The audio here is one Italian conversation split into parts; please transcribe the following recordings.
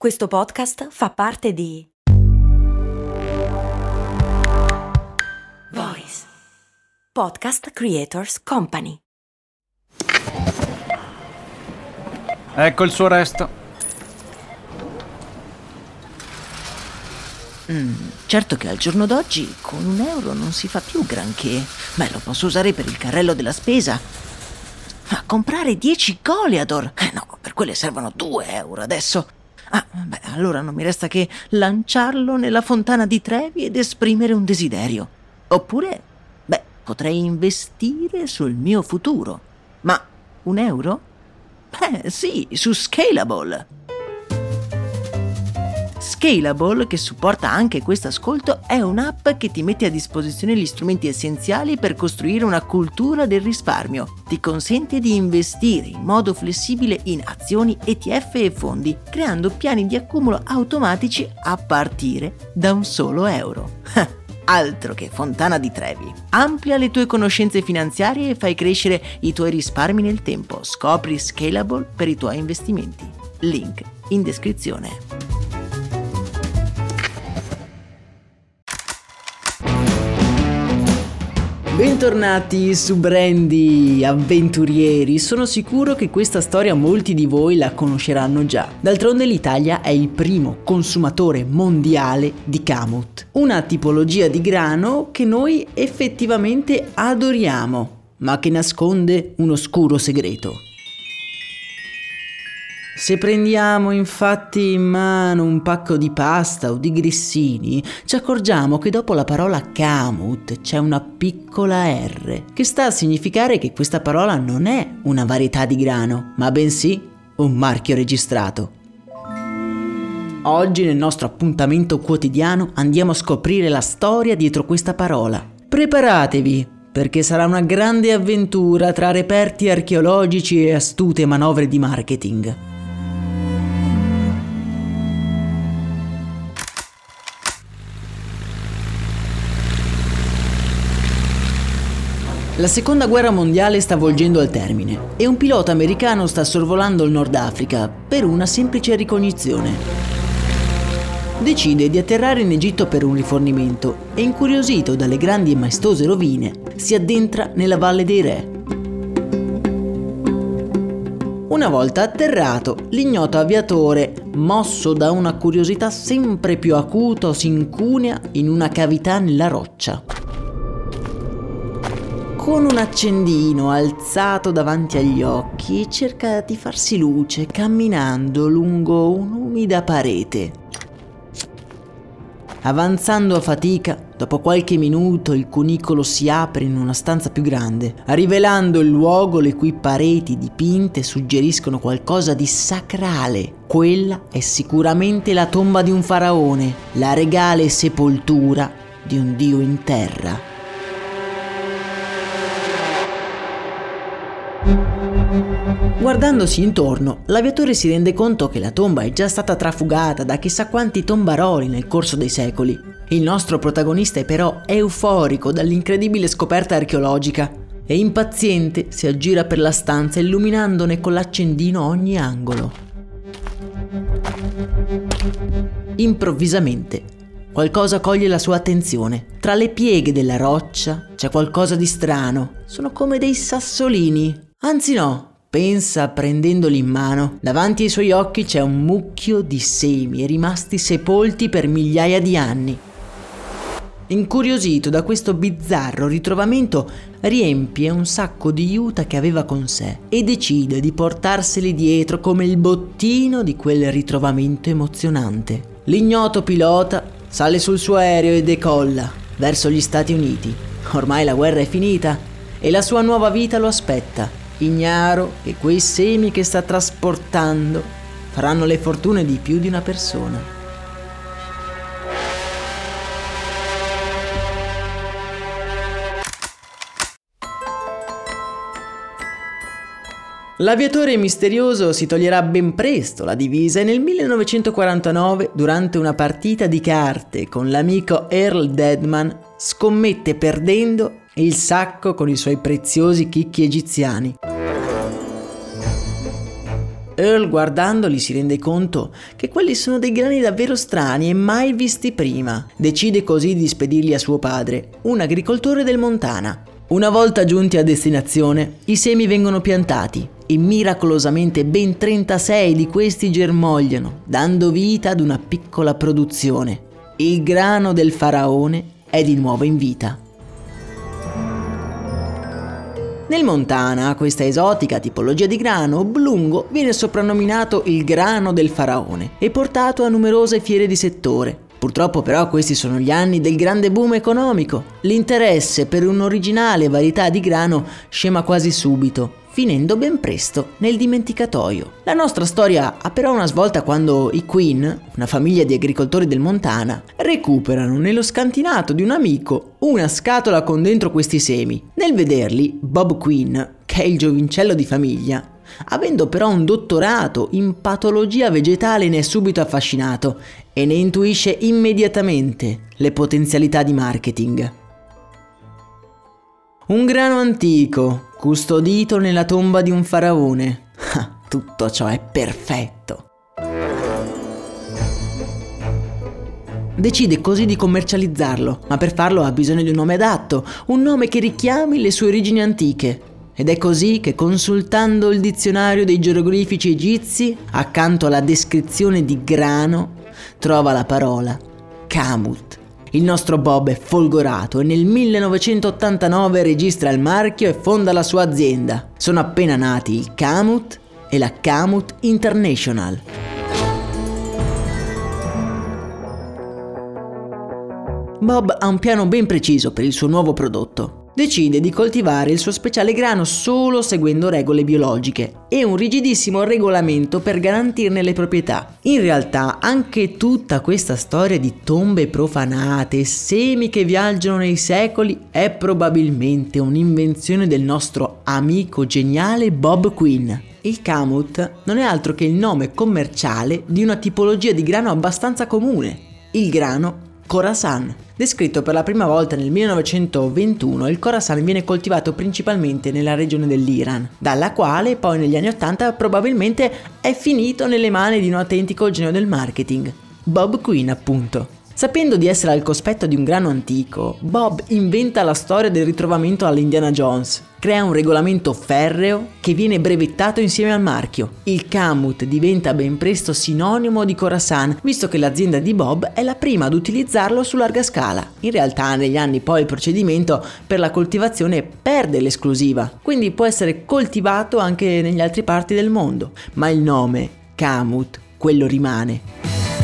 Questo podcast fa parte di Voice Podcast Creators Company. Ecco il suo resto. Certo che al giorno d'oggi con €1 non si fa più granché. Lo posso usare per il carrello della spesa. Ma comprare 10 Goliador? No, per quelle servono €2 adesso. Allora non mi resta che lanciarlo nella fontana di Trevi ed esprimere un desiderio. Oppure, potrei investire sul mio futuro. Ma €1? Sì, su Scalable. Scalable, che supporta anche questo ascolto, è un'app che ti mette a disposizione gli strumenti essenziali per costruire una cultura del risparmio. Ti consente di investire in modo flessibile in azioni, ETF e fondi, creando piani di accumulo automatici a partire da un solo euro. Altro che fontana di Trevi. Amplia le tue conoscenze finanziarie e fai crescere i tuoi risparmi nel tempo. Scopri Scalable per i tuoi investimenti. Link in descrizione. Bentornati su Brandy Avventurieri, sono sicuro che questa storia molti di voi la conosceranno già. D'altronde l'Italia è il primo consumatore mondiale di kamut, una tipologia di grano che noi effettivamente adoriamo, ma che nasconde un oscuro segreto. Se prendiamo infatti in mano un pacco di pasta o di grissini, ci accorgiamo che dopo la parola kamut c'è una piccola R, che sta a significare che questa parola non è una varietà di grano, ma bensì un marchio registrato. Oggi nel nostro appuntamento quotidiano andiamo a scoprire la storia dietro questa parola. Preparatevi, perché sarà una grande avventura tra reperti archeologici e astute manovre di marketing. La seconda guerra mondiale sta volgendo al termine e un pilota americano sta sorvolando il Nord Africa per una semplice ricognizione. Decide di atterrare in Egitto per un rifornimento e, incuriosito dalle grandi e maestose rovine, si addentra nella Valle dei Re. Una volta atterrato, l'ignoto aviatore, mosso da una curiosità sempre più acuta, si incunea in una cavità nella roccia. Con un accendino alzato davanti agli occhi, cerca di farsi luce camminando lungo un'umida parete. Avanzando a fatica, dopo qualche minuto il cunicolo si apre in una stanza più grande, rivelando il luogo le cui pareti dipinte suggeriscono qualcosa di sacrale. Quella è sicuramente la tomba di un faraone, la regale sepoltura di un dio in terra. Guardandosi intorno, l'aviatore si rende conto che la tomba è già stata trafugata da chissà quanti tombaroli nel corso dei secoli. Il nostro protagonista è però euforico dall'incredibile scoperta archeologica e impaziente si aggira per la stanza illuminandone con l'accendino ogni angolo. Improvvisamente qualcosa coglie la sua attenzione. Tra le pieghe della roccia c'è qualcosa di strano. Sono come dei sassolini. Anzi no, pensa prendendoli in mano. Davanti ai suoi occhi c'è un mucchio di semi rimasti sepolti per migliaia di anni. Incuriosito da questo bizzarro ritrovamento, riempie un sacco di juta che aveva con sé e decide di portarseli dietro come il bottino di quel ritrovamento emozionante. L'ignoto pilota sale sul suo aereo e decolla verso gli Stati Uniti. Ormai la guerra è finita e la sua nuova vita lo aspetta. Ignaro che quei semi che sta trasportando faranno le fortune di più di una persona. L'aviatore misterioso si toglierà ben presto la divisa e nel 1949, durante una partita di carte con l'amico Earl Deadman, scommette perdendo il sacco con i suoi preziosi chicchi egiziani. Earl, guardandoli, si rende conto che quelli sono dei grani davvero strani e mai visti prima. Decide così di spedirli a suo padre, un agricoltore del Montana. Una volta giunti a destinazione, i semi vengono piantati e miracolosamente ben 36 di questi germogliano, dando vita ad una piccola produzione. Il grano del faraone è di nuovo in vita. Nel Montana, questa esotica tipologia di grano oblungo viene soprannominato il grano del faraone e portato a numerose fiere di settore. Purtroppo però questi sono gli anni del grande boom economico. L'interesse per un'originale varietà di grano scema quasi subito, finendo ben presto nel dimenticatoio. La nostra storia ha però una svolta quando i Quinn, una famiglia di agricoltori del Montana, recuperano nello scantinato di un amico una scatola con dentro questi semi. Nel vederli, Bob Quinn, che è il giovincello di famiglia, avendo però un dottorato in patologia vegetale, ne è subito affascinato e ne intuisce immediatamente le potenzialità di marketing. Un grano antico, custodito nella tomba di un faraone. Tutto ciò è perfetto. Decide così di commercializzarlo, ma per farlo ha bisogno di un nome adatto, un nome che richiami le sue origini antiche. Ed è così che, consultando il dizionario dei geroglifici egizi, accanto alla descrizione di grano, trova la parola Kamut. Il nostro Bob è folgorato e nel 1989 registra il marchio e fonda la sua azienda. Sono appena nati il Kamut e la Kamut International. Bob ha un piano ben preciso per il suo nuovo prodotto. Decide di coltivare il suo speciale grano solo seguendo regole biologiche e un rigidissimo regolamento per garantirne le proprietà. In realtà anche tutta questa storia di tombe profanate e semi che viaggiano nei secoli è probabilmente un'invenzione del nostro amico geniale Bob Quinn. Il Kamut non è altro che il nome commerciale di una tipologia di grano abbastanza comune, il grano Khorasan. Descritto per la prima volta nel 1921, il Khorasan viene coltivato principalmente nella regione dell'Iran, dalla quale poi negli anni 80 probabilmente è finito nelle mani di un autentico genio del marketing, Bob Quinn appunto. Sapendo di essere al cospetto di un grano antico, Bob inventa la storia del ritrovamento all'Indiana Jones. Crea un regolamento ferreo che viene brevettato insieme al marchio. Il Kamut diventa ben presto sinonimo di Khorasan, visto che l'azienda di Bob è la prima ad utilizzarlo su larga scala. In realtà negli anni poi il procedimento per la coltivazione perde l'esclusiva, quindi può essere coltivato anche negli altri parti del mondo, ma il nome Kamut, quello rimane.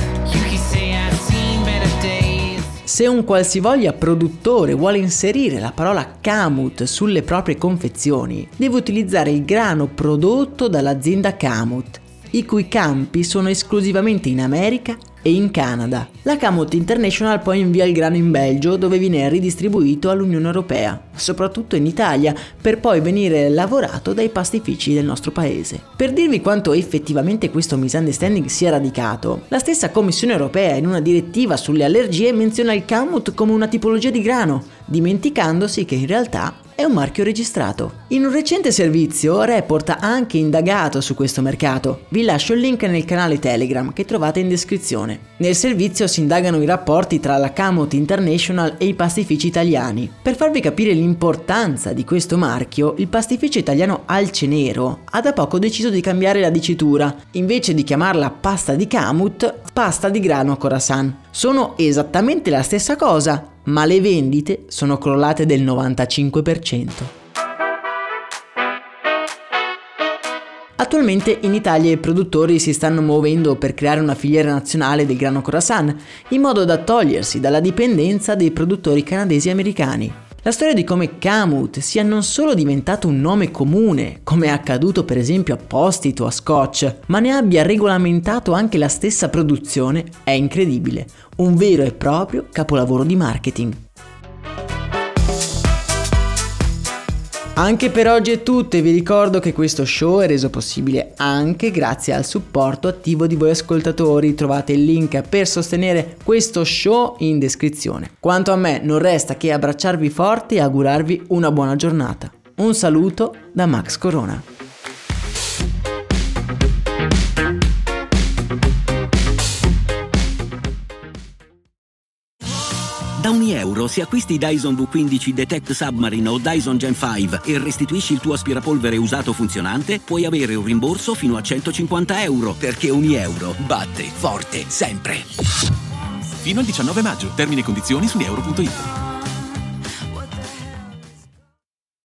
Se un qualsivoglia produttore vuole inserire la parola Kamut sulle proprie confezioni, deve utilizzare il grano prodotto dall'azienda Kamut, i cui campi sono esclusivamente in America e in Canada. La Kamut International poi invia il grano in Belgio, dove viene ridistribuito all'Unione Europea, soprattutto in Italia, per poi venire lavorato dai pastifici del nostro paese. Per dirvi quanto effettivamente questo misunderstanding sia radicato, la stessa Commissione Europea in una direttiva sulle allergie menziona il Kamut come una tipologia di grano, dimenticandosi che in realtà è un marchio registrato. In un recente servizio Report ha anche indagato su questo mercato. Vi lascio il link nel canale Telegram che trovate in descrizione. Nel servizio si indagano i rapporti tra la Kamut International e i pastifici italiani. Per farvi capire l'importanza di questo marchio, il pastificio italiano Alcenero ha da poco deciso di cambiare la dicitura. Invece di chiamarla pasta di Kamut, pasta di grano Khorasan. Sono esattamente la stessa cosa, ma le vendite sono crollate del 95%. Attualmente in Italia i produttori si stanno muovendo per creare una filiera nazionale del grano Khorasan, in modo da togliersi dalla dipendenza dei produttori canadesi e americani. La storia di come Kamut sia non solo diventato un nome comune, come è accaduto per esempio a Post-it o a Scotch, ma ne abbia regolamentato anche la stessa produzione, è incredibile. Un vero e proprio capolavoro di marketing. Anche per oggi è tutto e vi ricordo che questo show è reso possibile anche grazie al supporto attivo di voi ascoltatori. Trovate il link per sostenere questo show in descrizione. Quanto a me non resta che abbracciarvi forte e augurarvi una buona giornata. Un saluto da Max Corona. Da €1 se acquisti Dyson V15 Detect Submarine o Dyson Gen 5 e restituisci il tuo aspirapolvere usato funzionante, puoi avere un rimborso fino a €150, perché €1 batte forte sempre. Fino al 19 maggio. Termini e condizioni su euro.it.